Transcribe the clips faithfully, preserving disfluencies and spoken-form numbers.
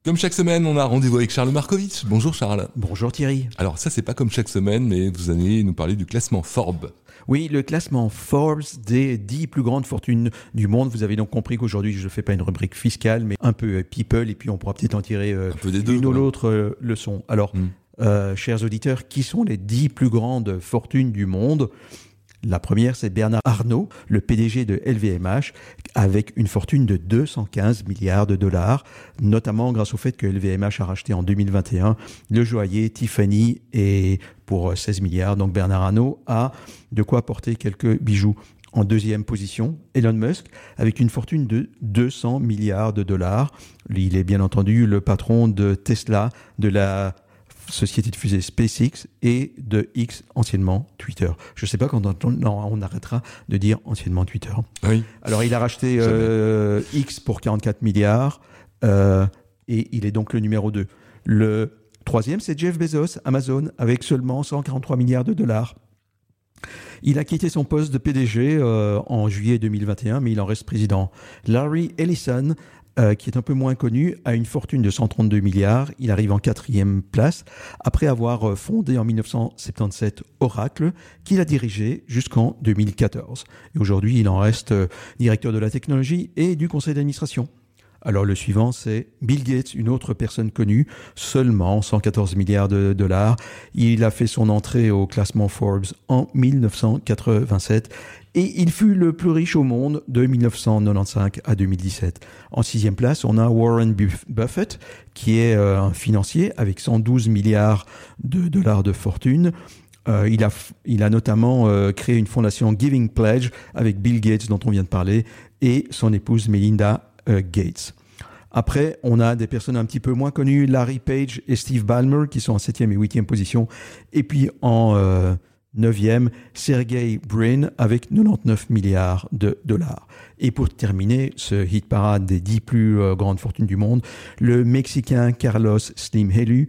Comme chaque semaine, on a rendez-vous avec Charles Markovitch. Bonjour Charles. Bonjour Thierry. Alors ça, c'est pas comme chaque semaine, mais vous allez nous parler du classement Forbes. Oui, le classement Forbes des dix plus grandes fortunes du monde. Vous avez donc compris qu'aujourd'hui, je ne fais pas une rubrique fiscale, mais un peu people, et puis on pourra peut-être en tirer euh, un peu des deux, une ou l'autre euh, leçon. Alors, mm. euh, chers auditeurs, qui sont les dix plus grandes fortunes du monde ? La première, c'est Bernard Arnault, le P D G de L V M H, avec une fortune de deux cent quinze milliards de dollars, notamment grâce au fait que L V M H a racheté en deux mille vingt et un le joaillier Tiffany et pour seize milliards. Donc Bernard Arnault a de quoi porter quelques bijoux. En deuxième position, Elon Musk, avec une fortune de deux cents milliards de dollars. Il est bien entendu le patron de Tesla, de la société de fusée SpaceX et de X, anciennement Twitter. Je ne sais pas quand on, non, on arrêtera de dire anciennement Twitter. Oui. Alors, il a racheté euh, X pour quarante-quatre milliards euh, et il est donc le numéro deux. Le troisième, c'est Jeff Bezos, Amazon, avec seulement cent quarante-trois milliards de dollars. Il a quitté son poste de P D G euh, en juillet deux mille vingt et un, mais il en reste président. Larry Ellison, Euh, qui est un peu moins connu, a une fortune de cent trente-deux milliards. Il arrive en quatrième place après avoir fondé en dix-neuf cent soixante-dix-sept Oracle, qu'il a dirigé jusqu'en deux mille quatorze. Et aujourd'hui, il en reste euh, directeur de la technologie et du conseil d'administration. Alors le suivant, c'est Bill Gates, une autre personne connue, seulement cent quatorze milliards de dollars. Il a fait son entrée au classement Forbes en dix-neuf cent quatre-vingt-sept et il fut le plus riche au monde de dix-neuf cent quatre-vingt-quinze à deux mille dix-sept. En sixième place, on a Warren Buffett, qui est un financier avec cent douze milliards de dollars de fortune. Euh, il, a, il a notamment euh, créé une fondation Giving Pledge avec Bill Gates, dont on vient de parler, et son épouse Melinda Euh, Gates. Après, on a des personnes un petit peu moins connues, Larry Page et Steve Ballmer, qui sont en septième et huitième position. Et puis en euh, neuvième, Sergey Brin avec quatre-vingt-dix-neuf milliards de dollars. Et pour terminer ce hit parade des dix plus euh, grandes fortunes du monde, le Mexicain Carlos Slim Helú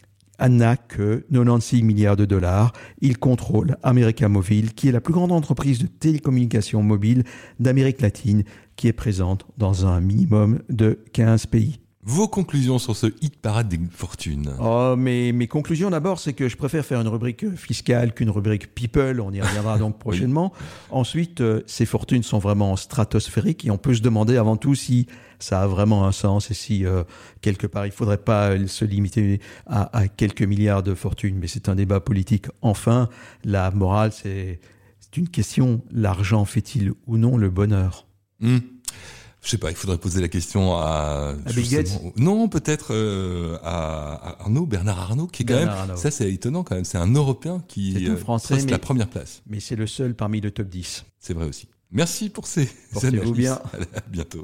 n'a que quatre-vingt-seize milliards de dollars. Il contrôle América Móvil, qui est la plus grande entreprise de télécommunications mobiles d'Amérique latine, qui est présente dans un minimum de quinze pays. Vos conclusions sur ce hit parade des fortunes? Oh, mes, mes conclusions d'abord, c'est que je préfère faire une rubrique fiscale qu'une rubrique people. On y reviendra donc prochainement. Oui. Ensuite, euh, ces fortunes sont vraiment stratosphériques et on peut se demander avant tout si ça a vraiment un sens et si euh, quelque part il ne faudrait pas se limiter à, à quelques milliards de fortunes. Mais c'est un débat politique. Enfin, la morale, c'est, c'est une question. L'argent fait-il ou non le bonheur? Mmh. Je sais pas, il faudrait poser la question à... À Bill Gates ? Non, peut-être euh, à, à Arnaud, Bernard Arnault, qui est quand Bernard même... Arnault. Ça, c'est étonnant quand même. C'est un Européen qui c'est un Français, poste mais, la première place. Mais c'est le seul parmi le top dix. C'est vrai aussi. Merci pour ces Portez-vous analyses. bien. À bientôt.